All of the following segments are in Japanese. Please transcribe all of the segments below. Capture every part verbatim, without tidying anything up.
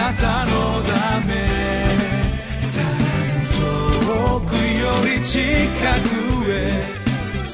なたのためさらに遠くより近くへ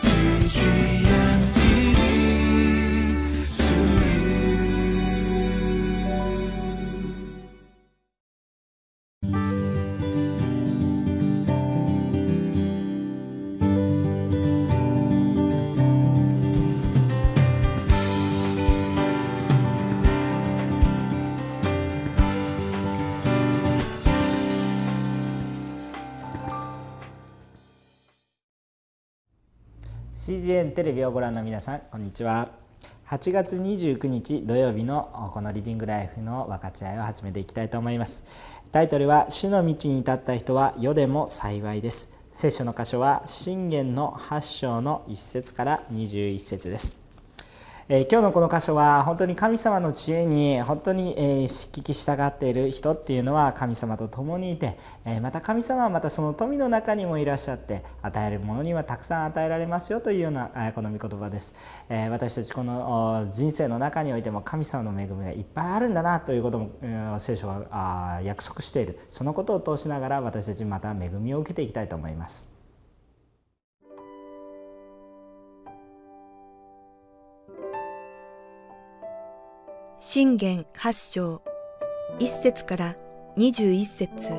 シージーエヌ テレビをご覧の皆さん、こんにちは。はちがつにじゅうくにち土曜日のこのリビングライフの分かち合いを始めていきたいと思います。タイトルは主の道に立った人は世でも幸いです。聖書の箇所は箴言のはちしょうのいっせつからにじゅういっせつです。えー、今日のこの箇所は本当に神様の知恵に本当に、えー、聞き従っている人っていうのは神様と共にいて、えー、また神様はまたその富の中にもいらっしゃって、与えるものにはたくさん与えられますよというような、えー、この御言葉です。えー、私たちこの人生の中においても神様の恵みがいっぱいあるんだなということも、えー、聖書があ約束している。そのことを通しながら私たちまた恵みを受けていきたいと思います。 箴言はちしょういっせつからにじゅういっせつ。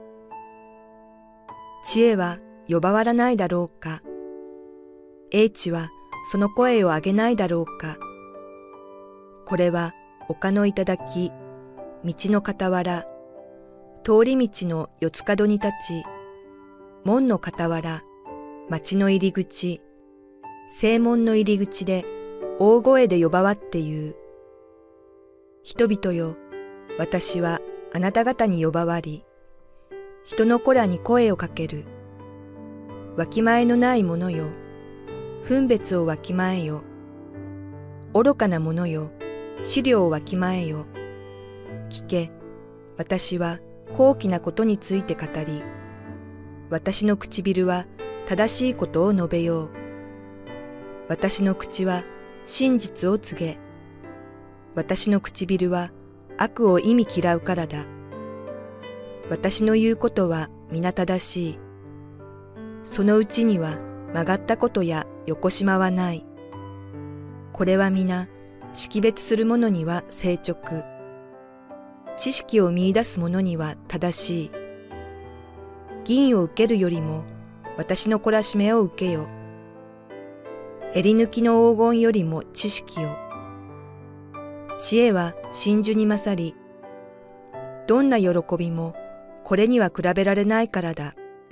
知恵は呼ばわらないだろうか。英知はその声を上げないだろうか。これは丘の頂、道の傍ら、通り道の四つ角に立ち、門の傍ら、町の入り口、正門の入り口で大声で呼ばわって言う。人々よ、私はあなた方に呼ばわり、人の子らに声をかける。わきまえのない者よ、分別をわきまえよ。愚かな者よ、資料をわきまえよ。聞け、私は高貴なことについて語り、私の唇は正しいことを述べよう。私の口は真実を告げ、私の唇は悪を忌み嫌うからだ。私の言うことは皆正しい。そのうちには曲がったことや横島はない。これは皆識別する者には正直。知識を見出す者には正しい。銀を受けるよりも私の懲らしめを受けよ。襟抜きの黄金よりも知識を。知恵は真珠に勝り、どんな喜びもこれには比べられないからだ。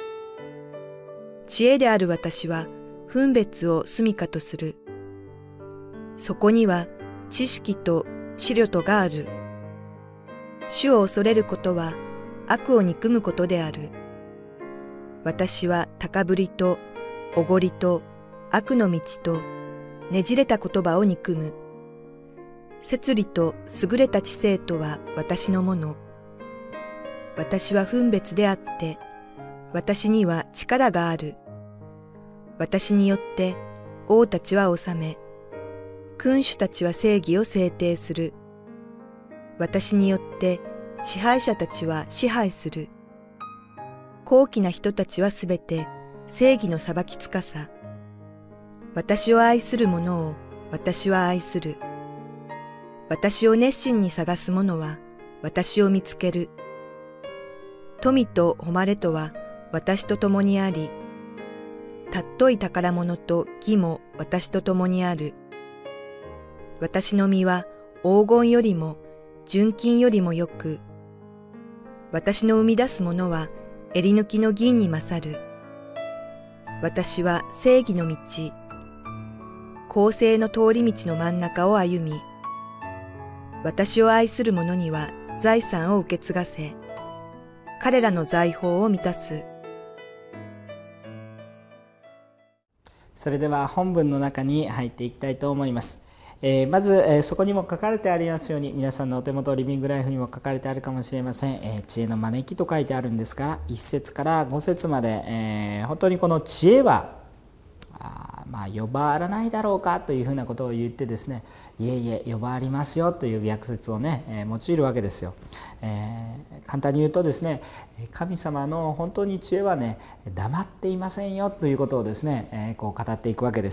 知恵である私は分別を住処とする。そこには知識と思慮とがある。主を恐れることは悪を憎むことである。私は高ぶりとおごりと悪の道とねじれた言葉を憎む。摂理と優れた知性とは私のもの。私は分別であって、私には力がある。私によって王たちは治め、君主たちは正義を制定する。私によって支配者たちは支配する。高貴な人たちはすべて正義の裁きつかさ。私を愛する者を私は愛する。私を熱心に探す者は私を見つける。富と誉れとは私と共にあり、尊い宝物と義も私と共にある。私の身は黄金よりも純金よりもよく、私の生み出すものは襟抜きの銀に勝る。私は正義の道、公正の通り道の真ん中を歩み、私を愛する者には財産を受け継がせ、彼らの財宝を満たす。 それでは本文の中に入っていきたいと思います。えー、まず、えー、そこにも書かれてありますように、皆さんのお手元リビングライフにも書かれてあるかもしれません、えー、知恵の招きと書いてあるんですが、いっ節からご節まで、えー、本当にこの知恵はあまあ呼ばわらないだろうかというふうなことを言ってですね、 いえいえ呼ばわりますよという逆説をね、えー、用いるわけですよ。えー、簡単に言うとですね、神様の本当に知恵はね黙っていませんよということをですね、えー、こう語っていくわけです。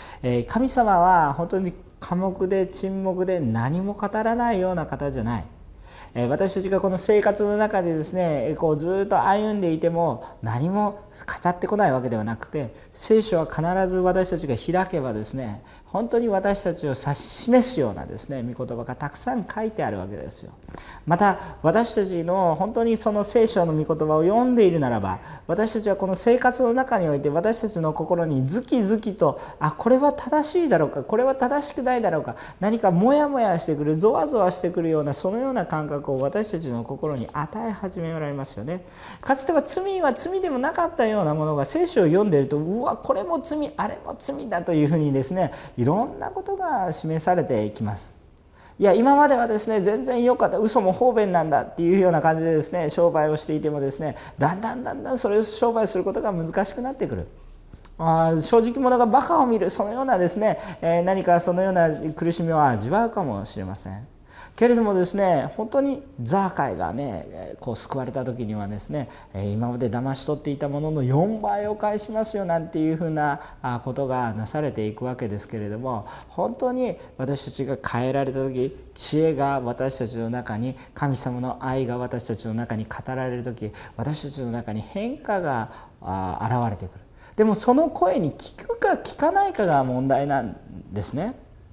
えー、神様は本当に寡黙で沈黙で何も語らないような方じゃない。私たちがこの生活の中でですねこうずっと歩んでいても何も語ってこないわけではなくて、聖書は必ず私たちが開けばですね本当に私たちを指し示すようなですね御言葉がたくさん書いてあるわけですよ。また私たちの本当にその聖書の御言葉を読んでいるならば、私たちはこの生活の中において私たちの心にズキズキと、あこれは正しいだろうか、これは正しくないだろうか、何かモヤモヤしてくる、ゾワゾワしてくるようなそのような感覚を私たちの心に与え始められますよね。かつては罪は罪でもなかったようなものが聖書を読んでいると、うわこれも罪あれも罪だというふうにですねいろんなことが示されていきます。いや今まではですね全然良かった、嘘も方便なんだっていうような感じでですね商売をしていてもですねだんだんだんだんそれを商売することが難しくなってくる。あ正直者がバカを見る、そのようなですね、えー、何かそのような苦しみを味わうかもしれませんけれどもですね、本当にザーカイがねこう救われた時にはですね、今まで騙し取っていたもののよんばいを返しますよなんていうふうなことがなされていくわけですけれども、本当に私たちが変えられた時、知恵が私たちの中に、神様の愛が私たちの中に語られる時、私たちの中に変化が現れてくる。でもその声に聞くか聞かないかが問題なんですね。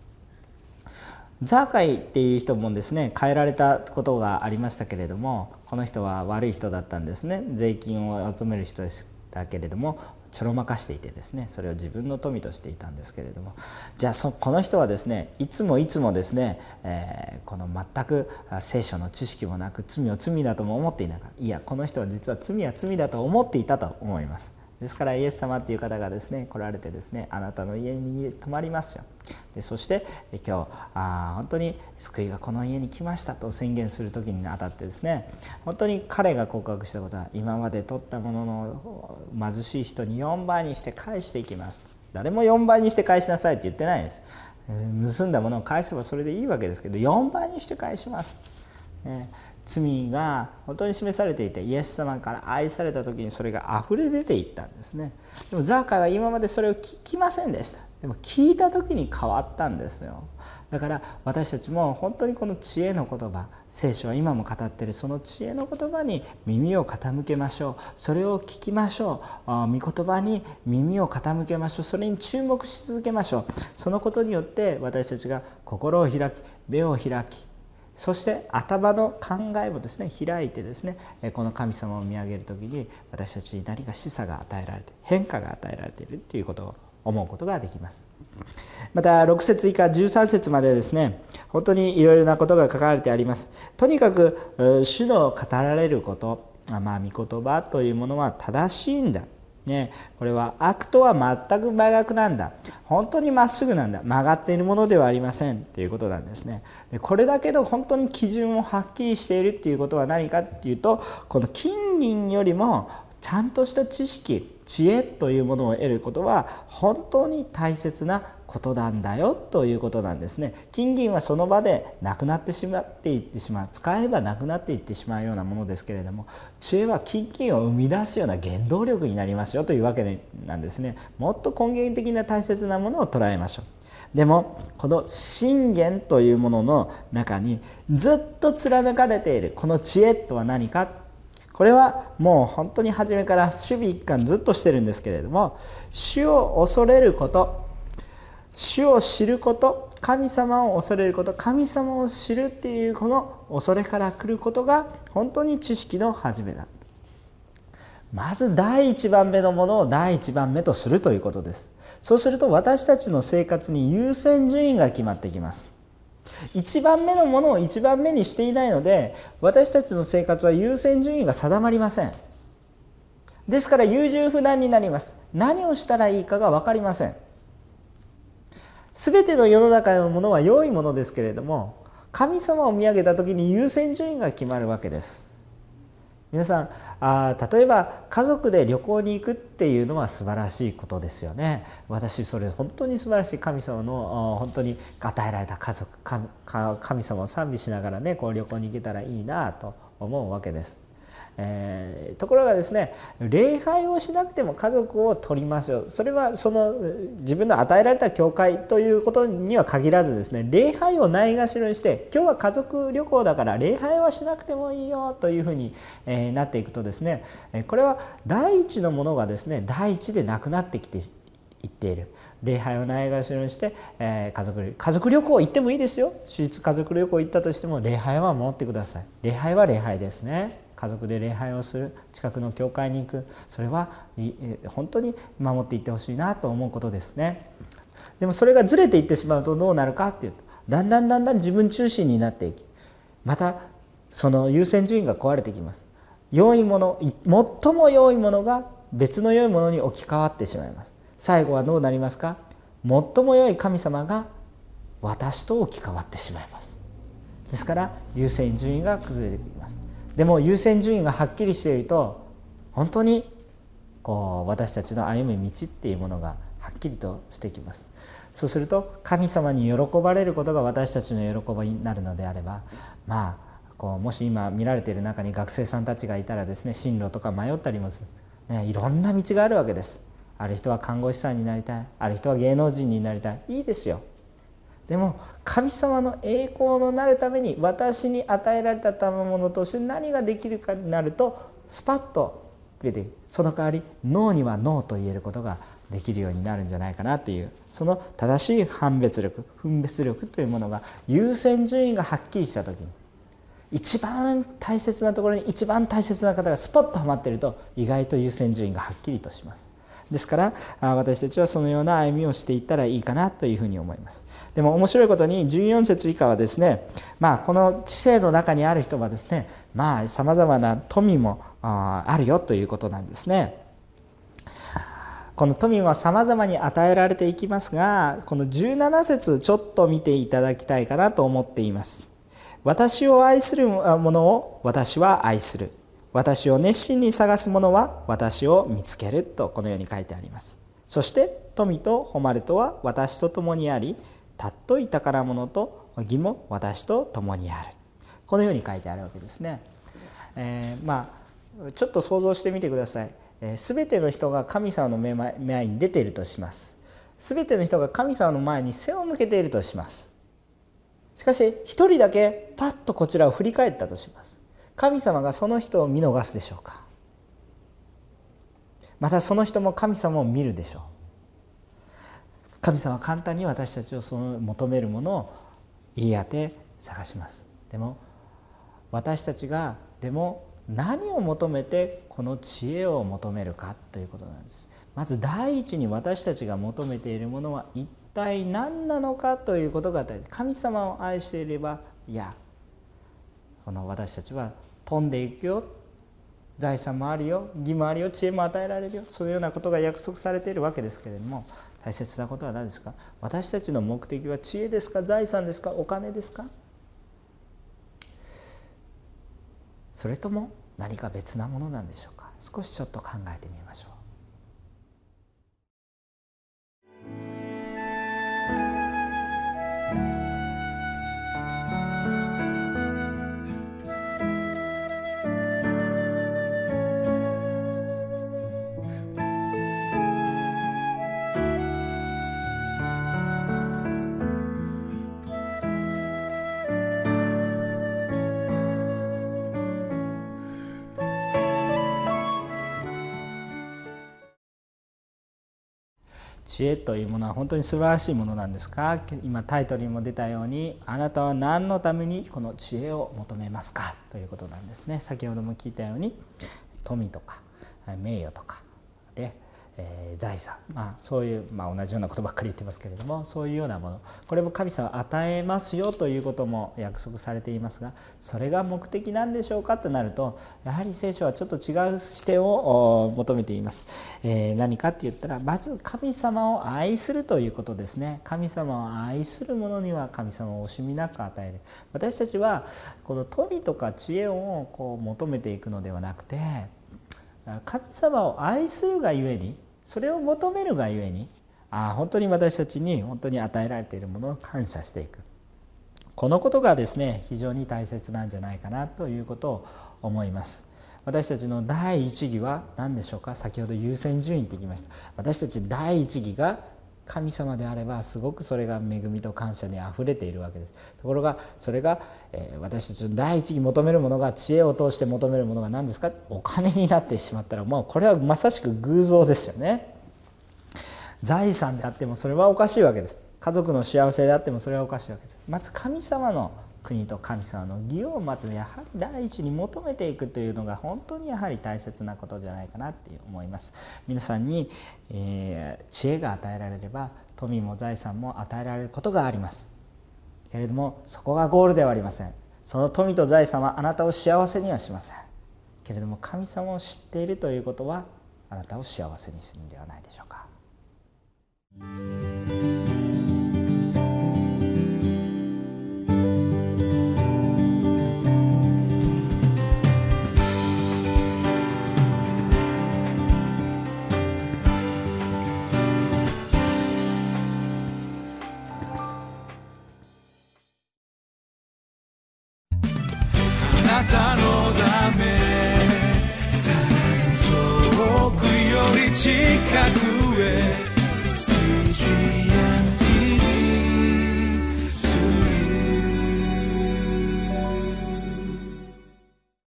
ザーカイっていう人もですね変えられたことがありましたけれども、この人は悪い人だったんですね。税金を集める人でしたけれどもちょろまかしていてですね、それを自分の富としていたんですけれども、じゃあそこの人はですねいつもいつもですね、えー、この全く聖書の知識もなく罪を罪だとも思っていなかった。いやこの人は実は罪は罪だと思っていたと思います。ですからイエス様っていう方がですね来られてですね、あなたの家に泊まりますよ。でそして今日あ本当に救いがこの家に来ましたと宣言する時にあたってですね、本当に彼が告白したことは、今まで取ったものの貧しい人によんばいにして返していきます。誰もよんばいにして返しなさいって言ってないです。盗んだものを返せばそれでいいわけですけど、よんばいにして返します、ね、罪が本当に示されていて、イエス様から愛された時にそれがあふれ出ていったんですね。でもザーカイは今までそれを聞きませんでした。でも聞いた時に変わったんですよ。だから私たちも本当にこの知恵の言葉、聖書は今も語っているその知恵の言葉に耳を傾けましょう。それを聞きましょう。御言葉に耳を傾けましょう。それに注目し続けましょう。そのことによって私たちが心を開き、目を開き、そして頭の考えもですね開いてですね、この神様を見上げる時に私たちに何か示唆が与えられて、変化が与えられているということを思うことができます。またろく節以下じゅうさん節までですね、本当にいろいろなことが書かれてあります。とにかく主の語られること、まあ御言葉というものは正しいんだ。ね、これは悪とは全く真逆なんだ、本当にまっすぐなんだ、曲がっているものではありませんということなんですね。でこれだけど本当に基準をはっきりしているっていうことは何かっていうと、この金銀よりもちゃんとした知識、知恵というものを得ることは本当に大切なことなんだよということなんですね。金銀はその場でなくなってしまっていってしまう、使えばなくなっていってしまうようなものですけれども、知恵は金銀を生み出すような原動力になりますよというわけなんですね。もっと根源的な大切なものを捉えましょう。でもこの信玄というものの中にずっと貫かれているこの知恵とは何か、これはもう本当に初めから守備一貫ずっとしてるんですけれども、主を恐れること、主を知ること、神様を恐れること、神様を知るっていうこの恐れから来ることが本当に知識の始めだ。まず第一番目のものを第一番目とするということです。そうすると私たちの生活に優先順位が決まってきます。一番目のものを一番目にしていないので、私たちの生活は優先順位が定まりません。ですから優柔不断になります。何をしたらいいかが分かりません。すべての世の中のものは良いものですけれども、神様を見上げた時に優先順位が決まるわけです。 皆さんあ例えば家族で旅行に行くっていうのは素晴らしいことですよね。私それ本当に素晴らしい、神様の本当に与えられた家族、神様を賛美しながらねこう旅行に行けたらいいなと思うわけです。えー、ところがですね、礼拝をしなくても家族を取りましょう。それはその自分の与えられた教会ということには限らずですね、礼拝をないがしろにして今日は家族旅行だから礼拝はしなくてもいいよというふうに、えー、なっていくとですね、これは第一のものがですね第一でなくなってきていっている。礼拝をないがしろにして、えー、家族家族旅行行ってもいいですよ。私立家族旅行行ったとしても礼拝は守ってください。礼拝は礼拝ですね。家族で礼拝をする、近くの教会に行く、それは本当に守っていってほしいなと思うことですね。でもそれがずれていってしまうとどうなるかっていうと、だんだんだんだん自分中心になっていき、またその優先順位が壊れてきます。良いもの、最も良いものが別の良いものに置き換わってしまいます。最後はどうなりますか？最も良い神様が私と置き換わってしまいます。ですから優先順位が崩れています。でも優先順位がはっきりしていると本当にこう私たちの歩む道っていうものがはっきりとしてきます。そうすると神様に喜ばれることが私たちの喜びになるのであれば、まあこうもし今見られている中に学生さんたちがいたらですね、進路とか迷ったりもする、ね、いろんな道があるわけです。ある人は看護師さんになりたい、ある人は芸能人になりたい、いいですよ。でも神様の栄光のなるために私に与えられた賜物として何ができるかになるとスパッと出ていく。その代わりノーにはノーと言えることができるようになるんじゃないかなという、その正しい判別力、分別力というものが優先順位がはっきりした時に、一番大切なところに一番大切な方がスポッとはまっていると意外と優先順位がはっきりとします。ですから私たちはそのような歩みをしていったらいいかなというふうに思います。でも面白いことにじゅうよん節以下はですね、まあこの知性の中にある人はですね、まあさまざまな富もあるよということなんですね。この富はさまざまに与えられていきますが、このじゅうなな節ちょっと見ていただきたいかなと思っています。私を愛するものを私は愛する。私を熱心に探す者は私を見つけるとこのように書いてあります。そして富と誉れとは私と共にあり、尊い宝物と義も私と共にある。このように書いてあるわけですね。えー、まあちょっと想像してみてください。すべ、えー、ての人が神様の目前に出ているとします。すべての人が神様の前に背を向けているとします。しかし一人だけパッとこちらを振り返ったとします。神様がその人を見逃すでしょうか。またその人も神様を見るでしょう。神様は簡単に私たちをその求めるものを言い当て探します。でも私たちがでも何を求めてこの知恵を求めるかということなんです。まず第一に私たちが求めているものは一体何なのかということが大事。神様を愛していれば、いやこの私たちは飛んでいくよ、財産もあるよ、義もあるよ、知恵も与えられるよ、そういうようなことが約束されているわけですけれども、大切なことは何ですか？私たちの目的は知恵ですか、財産ですか、お金ですか？それとも何か別なものなんでしょうか？少しちょっと考えてみましょう。知恵というものは本当に素晴らしいものなんですか？今タイトルにも出たように、あなたは何のためにこの知恵を求めますかということなんですね。先ほども聞いたように富とか名誉とかでえー、財産、まあ、そういう、まあ、同じようなことばっかり言ってますけれども、そういうようなもの、これも神様は与えますよということも約束されていますが、それが目的なんでしょうかとなると、やはり聖書はちょっと違う視点を求めています。えー、何かって言ったら、まず神様を愛するということですね。神様を愛する者には神様を惜しみなく与える。私たちはこの富とか知恵をこう求めていくのではなくて、神様を愛するがゆえに、それを求めるがゆえに、ああ本当に私たちに本当に与えられているものを感謝していく、このことがですね非常に大切なんじゃないかなということを思います。私たちの第一義は何でしょうか。先ほど優先順位って言いました。私たち第一義が神様であれば、すごくそれが恵みと感謝にあふれているわけです。ところがそれが、えー、私たちの第一義求めるものが、知恵を通して求めるものが何ですか。お金になってしまったら、もうこれはまさしく偶像ですよね。財産であってもそれはおかしいわけです。家族の幸せであってもそれはおかしいわけです。まず神様の国と神様の義をまずやはり第一に求めていくというのが本当にやはり大切なことじゃないかなって思います。皆さんに、えー、知恵が与えられれば富も財産も与えられることがありますけれども、そこがゴールではありません。その富と財産はあなたを幸せにはしませんけれども、神様を知っているということはあなたを幸せにするんではないでしょうか。 あなたのため遠くより近く